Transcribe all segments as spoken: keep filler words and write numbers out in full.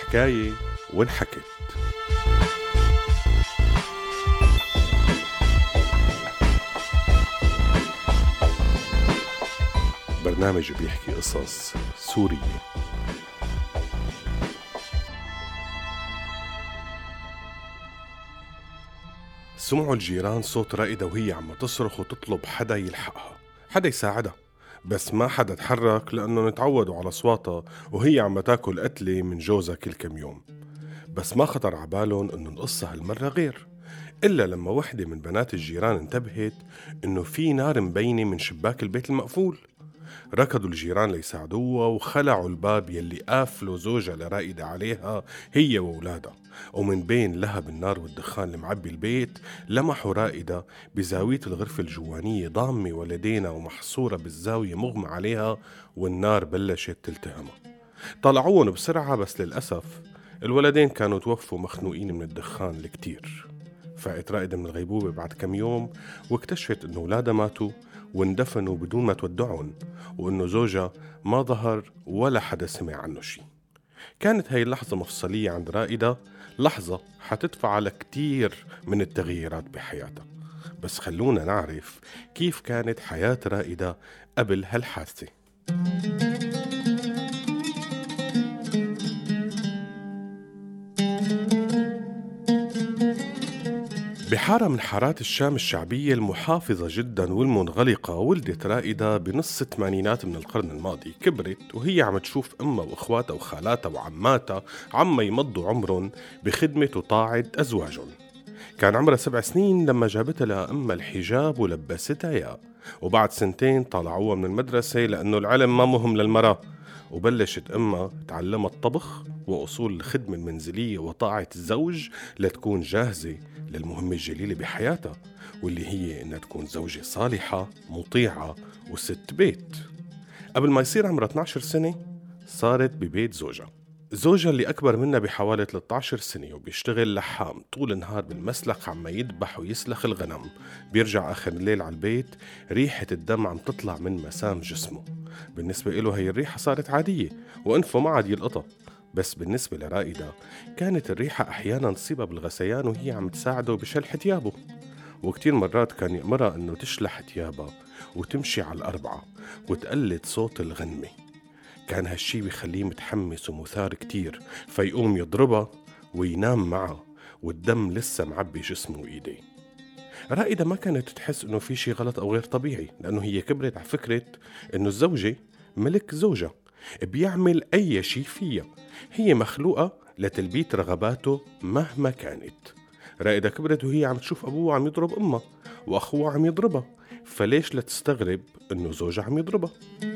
حكاية وانحكت. برنامج بيحكي قصص سورية. سمعوا الجيران صوت رائدة وهي عم تصرخ وتطلب حدا يلحقها، حدا يساعدها، بس ما حدا تحرك لأنه نتعودوا على أصواتها وهي عم تاكل قتلة من جوزها كل كم يوم. بس ما خطر عبالهم إنه القصة هالمرة غير، إلا لما وحدة من بنات الجيران انتبهت إنه في نار مبينة من شباك البيت المقفول. ركضوا الجيران ليساعدوها وخلعوا الباب يلي قافلوا زوجها لرائدة عليها هي وولادها، ومن بين لهب النار والدخان المعبي البيت لمحوا رائدة بزاوية الغرفة الجوانية ضامة ولدينا ومحصورة بالزاوية مغمى عليها، والنار بلشت تلتهمها. طلعوهم بسرعة بس للأسف الولدين كانوا توفوا مخنوقين من الدخان الكتير. فاقت رائدة من الغيبوبة بعد كم يوم واكتشفت إنه أولادها ماتوا واندفنوا بدون ما تودعهم، وإنه زوجها ما ظهر ولا حدا سمع عنه شي. كانت هاي اللحظة مفصلية عند رائدة، لحظة حتدفع على كتير من التغييرات بحياتها. بس خلونا نعرف كيف كانت حياة رائدة قبل هالحادثة. بحارة من حارات الشام الشعبية المحافظة جدا والمنغلقة ولدت رائدة بنص الثمانينات من القرن الماضي. كبرت وهي عم تشوف أمها وإخواتها وخالاتها وعماتها عم يمضوا عمرهم بخدمة وطاعة أزواجهم. كان عمرها سبع سنين لما جابتها لها أمها الحجاب ولبستها إياه، وبعد سنتين طلعوها من المدرسة لأنه العلم ما مهم للمرأة، وبلشت أمها تعلمها الطبخ وأصول الخدمة المنزلية وطاعة الزوج لتكون جاهزة للمهمة الجليلة بحياتها، واللي هي إنها تكون زوجة صالحة مطيعة وست بيت. قبل ما يصير عمرها اثنعش سنة صارت ببيت زوجها. زوجها اللي أكبر منها بحوالي ثلاثة عشر سنة وبيشتغل لحام طول النهار بالمسلخ عم يدبح ويسلخ الغنم. بيرجع آخر الليل على البيت ريحة الدم عم تطلع من مسام جسمه. بالنسبة له هي الريحة صارت عادية وأنفه ما عاد يلقطها، بس بالنسبة لرائدة كانت الريحة أحيانا تصيبها بالغسيان وهي عم تساعده بشلح ثيابه. وكتير مرات كان يأمرها أنه تشلح ثيابها وتمشي على الأربعة وتقلد صوت الغنمة. كان هالشي بيخليه متحمس ومثار كتير، فيقوم يضربها وينام معها والدم لسه معبي جسمه وإيديه. رائدة ما كانت تحس إنه في شي غلط أو غير طبيعي، لأنه هي كبرت على فكرة إنه الزوجة ملك زوجها بيعمل أي شي فيها، هي مخلوقة لتلبية رغباته مهما كانت. رائدة كبرت وهي عم تشوف أبوها عم يضرب أمها وأخوها عم يضربها، فليش لا تستغرب إنه زوجها عم يضربها؟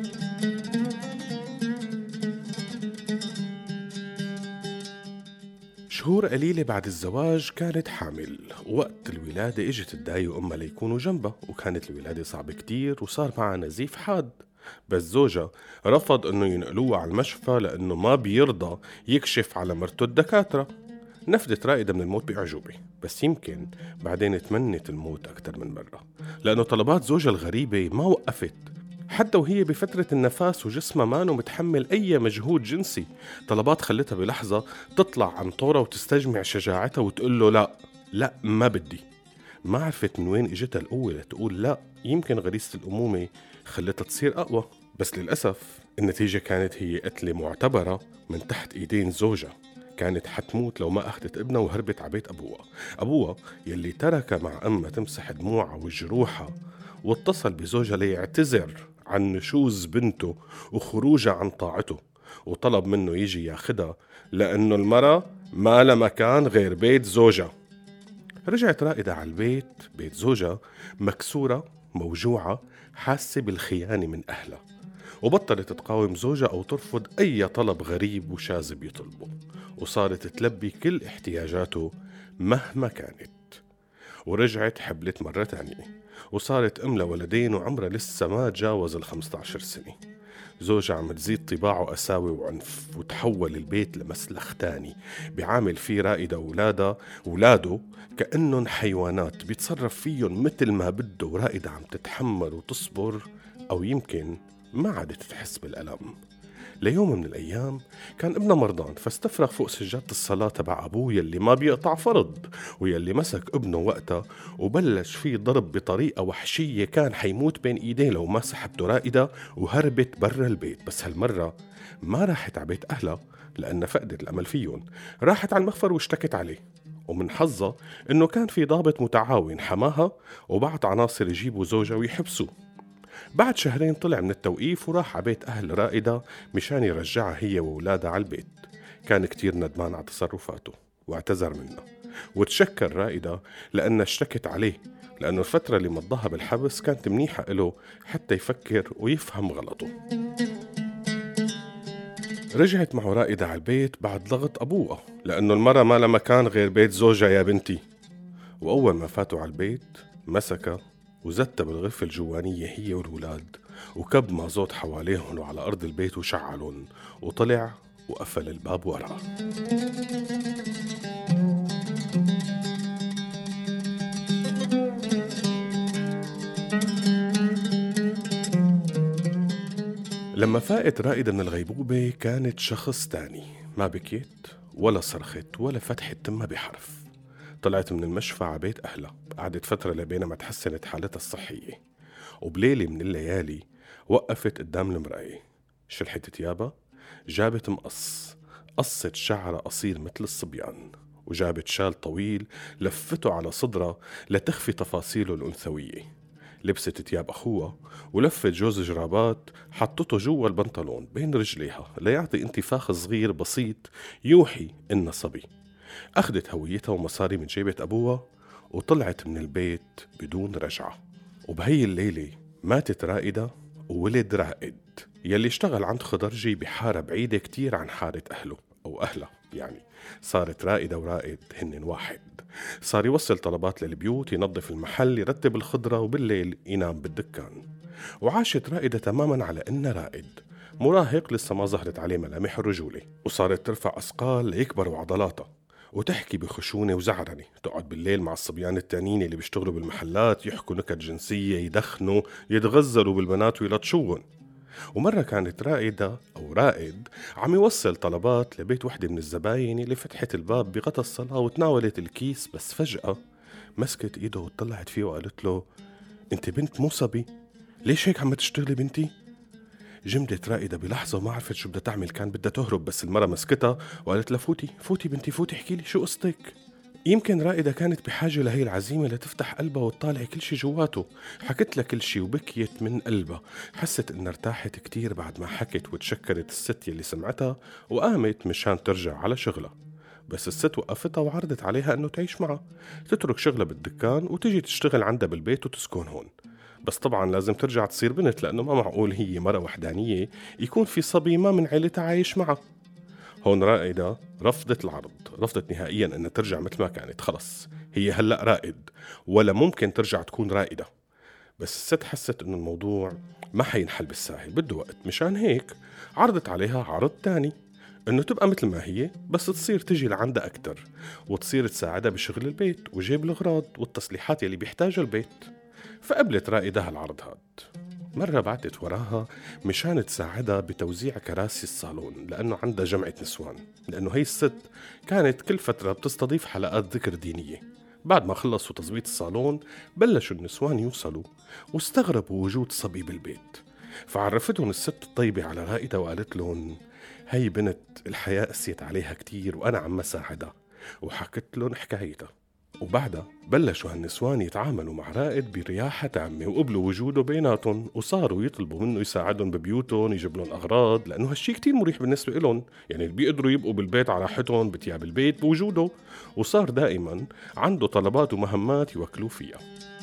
شهور قليلة بعد الزواج كانت حامل، وقت الولادة اجت تداعي أمها ليكونوا جنبها، وكانت الولادة صعبة كتير وصار معها نزيف حاد. بس زوجها رفض انه ينقلوها على المشفى لانه ما بيرضى يكشف على مرته الدكاترة. نفدت رائدة من الموت بأعجوبة، بس يمكن بعدين تمنت الموت أكتر من مرة، لأنه طلبات زوجها الغريبة ما وقفت حتى وهي بفترة النفاس وجسمها مانو متحمل أي مجهود جنسي. طلبات خلتها بلحظة تطلع عن طورها وتستجمع شجاعتها وتقول له لا لا ما بدي. ما عرفت من وين اجتها القوة لتقول لا، يمكن غريزة الأمومة خلتها تصير أقوى. بس للأسف النتيجة كانت هي قتلة معتبرة من تحت إيدين زوجها. كانت حتموت لو ما أخذت ابنها وهربت عبيت أبوها، أبوها يلي ترك مع أمها تمسح دموعها وجروحها، واتصل بزوجها ليعتذر عن نشوز بنته وخروجها عن طاعته، وطلب منه يجي ياخدها لأنه المرأة ما لها مكان غير بيت زوجها. رجعت رائدة على البيت، بيت زوجها، مكسورة موجوعة حاسة بالخيانة من أهلها، وبطلت تقاوم زوجها أو ترفض أي طلب غريب وشاذ بيطلبه، وصارت تلبي كل احتياجاته مهما كانت. ورجعت حبلت مرة تانية وصارت أم لولدين وعمرها لسه ما تجاوز الخمسة عشر سنة. زوجها عم تزيد طباعه قساوة وعنف، وتحول البيت لمسلخ تاني بيعامل فيه رائدة وولادها ولاده كأنهم حيوانات بيتصرف فيهم مثل ما بده، ورائدة عم تتحمل وتصبر، أو يمكن ما عادت تحس بالألم. ليوم من الأيام كان ابنها مرضان، فاستفرغ فوق سجادة الصلاة تبع أبوه يلي ما بيقطع فرض، ويلي مسك ابنه وقتها وبلش فيه ضرب بطريقة وحشية كان حيموت بين إيديه لو ما سحبته رائدة، وهربت برا البيت. بس هالمرة ما راحت على بيت أهلها لأنها فقدت الأمل فيهم، راحت على المخفر واشتكت عليه. ومن حظها إنه كان في ضابط متعاون حماها وبعت عناصر يجيبوا زوجها ويحبسوه. بعد شهرين طلع من التوقيف وراح على بيت أهل رائدة مشان يرجعها هي وولادها على البيت. كان كتير ندمان على تصرفاته واعتذر منها، وتشكر رائدة لأنها اشتكت عليه، لأنه الفترة اللي مضاها بالحبس كانت منيحة له حتى يفكر ويفهم غلطه. رجعت معه رائدة على البيت بعد ضغط أبوها، لأنه المرة ما لها مكان غير بيت زوجها يا بنتي. وأول ما فاتوا على البيت مسكها وزتها بالغرفة الجوانية هي والولاد، وكب مازوت حواليهم وعلى أرض البيت وشعلهم، وطلع وقفل الباب وراه. لما فاقت رائدة من الغيبوبة كانت شخص تاني، ما بكيت ولا صرخت ولا فتحت تمها بحرف. طلعت من المشفى على بيت أهلها، قعدت فترة لبين ما تحسنت حالتها الصحية، وبليلة من الليالي وقفت قدام المراية، شلحت تيابها، جابت مقص، قصت شعرها قصير مثل الصبيان، وجابت شال طويل لفته على صدرها لتخفي تفاصيله الأنثوية. لبست تياب أخوها ولفت جوز جرابات حطته جوا البنطلون بين رجليها ليعطي انتفاخ صغير بسيط يوحي إنها صبي. أخذت هويتها ومصاري من جيبة أبوها وطلعت من البيت بدون رجعة. وبهي الليلة ماتت رائدة وولد رائد يلي اشتغل عند خضرجي بحارة بعيدة كتير عن حارة أهله أو أهلها. يعني صارت رائدة ورائد هن واحد. صار يوصل طلبات للبيوت، ينظف المحل، يرتب الخضرة، وبالليل ينام بالدكان. وعاشت رائدة تماما على إنها رائد مراهق لسه ما ظهرت عليه ملامح الرجولة، وصارت ترفع أثقال ليكبروا عضلاتها، وتحكي بخشونة وزعرنة، تقعد بالليل مع الصبيان التانيين اللي بيشتغلوا بالمحلات يحكوا نكت جنسية، يدخنوا، يتغزلوا بالبنات ويلطشوهم. ومرة كانت رائدة أو رائد عم يوصل طلبات لبيت وحدة من الزباين اللي فتحت الباب بغطى الصلاة وتناولت الكيس، بس فجأة مسكت إيده وطلعت فيه وقالت له: أنت بنت مو صبي، ليش هيك عم تشتغلي بنتي؟ جمدت رائدة بلحظة وما عرفت شو بدها تعمل، كان بدها تهرب بس المرة مسكتها وقالت لها: فوتي فوتي بنتي فوتي، احكي لي شو قصتك. يمكن رائدة كانت بحاجة لهي العزيمة لتفتح قلبها وتطالع كل شي جواته. حكت لها كل شي وبكيت من قلبها، حست انها ارتاحت كتير بعد ما حكت، وتشكرت الست يلي سمعتها وقامت مشان ترجع على شغلها. بس الست وقفتها وعرضت عليها انه تعيش معها، تترك شغلها بالدكان وتجي تشتغل عندها بالبيت وتسكن هون. بس طبعا لازم ترجع تصير بنت، لانه ما معقول هي مرة وحدانية يكون في صبي ما من عيلتها عايش معها. هون رائدة رفضت العرض، رفضت نهائيا أنها ترجع مثل ما كانت. خلص هي هلأ رائد ولا ممكن ترجع تكون رائدة. بس الست حست أنه الموضوع ما حينحل بالساهل، بده وقت. مشان هيك عرضت عليها عرض تاني، أنه تبقى مثل ما هي بس تصير تجي لعندها أكتر، وتصير تساعدها بشغل البيت وجيب الأغراض والتصليحات يلي بيحتاجها البيت. فقبلت رائدة هالعرض هاد. مرة بعتت وراها مشان تساعدها بتوزيع كراسي الصالون، لأنه عندها جمعة نسوان، لأنه هي الست كانت كل فترة بتستضيف حلقات ذكر دينية. بعد ما خلصوا تظبيط الصالون بلشوا النسوان يوصلوا، واستغربوا وجود صبي بالبيت. فعرفتهم الست الطيبة على رائدة وقالت لهم: هي بنت الحياة قسيت عليها كتير وأنا عم ساعدها، وحكت لهم حكايتها. وبعدها بلشوا هالنسوان يتعاملوا مع رائد برياحة تامة، وقبلوا وجوده بيناتهم، وصاروا يطلبوا منه يساعدهم ببيوتهم، يجيب لهم أغراض، لأنه هالشي كتير مريح بالنسبة لهم. يعني بيقدروا يبقوا بالبيت على راحتهم بتياب البيت بوجوده، وصار دائما عنده طلبات ومهمات يوكلوا فيها.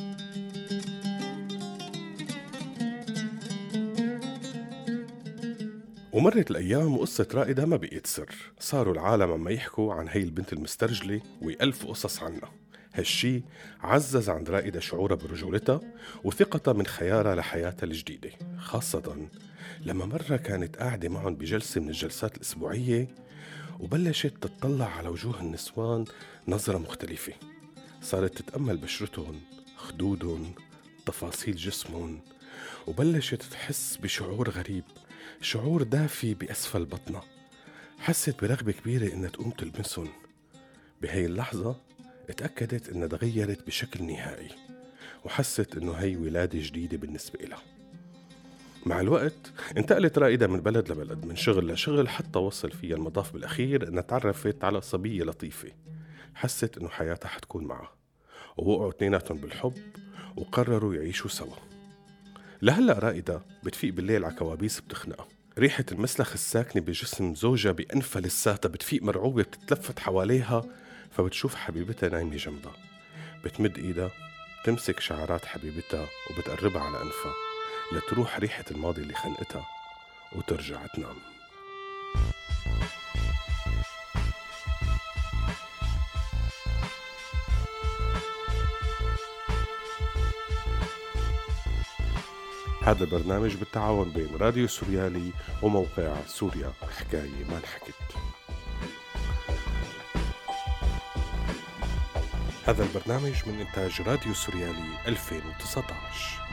ومرت الأيام وقصة رائدة ما بقيت سر، صاروا العالم عم يحكوا عن هاي البنت المسترجلة ويألفوا قصص عنها. هالشي عزز عند رائدة شعورها برجولتها وثقتها من خيارها لحياتها الجديدة، خاصة لما مرة كانت قاعدة معهم بجلسة من الجلسات الأسبوعية وبلشت تطلع على وجوه النسوان نظرة مختلفة. صارت تتأمل بشرتهم، خدودهم، تفاصيل جسمهم، وبلشت تحس بشعور غريب، شعور دافي بأسفل بطنها. حست برغبة كبيرة إنها تقوم تلمسهم. بهاي اللحظة اتأكدت إنها تغيرت بشكل نهائي، وحست إنه هي ولادة جديدة بالنسبة لها. مع الوقت انتقلت رائدة من بلد لبلد، من شغل لشغل، حتى وصل فيها المطاف بالأخير إنها تعرفت على صبية لطيفة حست إنه حياتها حتكون معها، ووقعوا اثنيناتهم بالحب وقرروا يعيشوا سوا. لهلأ رائدة بتفيق بالليل على كوابيس بتخنقها، ريحة المسلخ الساكنة بجسم زوجها بأنفها لساتها. بتفيق مرعوبة، بتتلفت حواليها فبتشوف حبيبتها نايمة جنبها. بتمد إيدها، تمسك شعرات حبيبتها وبتقربها على أنفها لتروح ريحة الماضي اللي خنقتها وترجع تنام. هذا البرنامج بالتعاون بين راديو سوريالي وموقع سوريا حكاية ما انحكت. هذا البرنامج من إنتاج راديو سوريالي ألفين وتسعة عشر.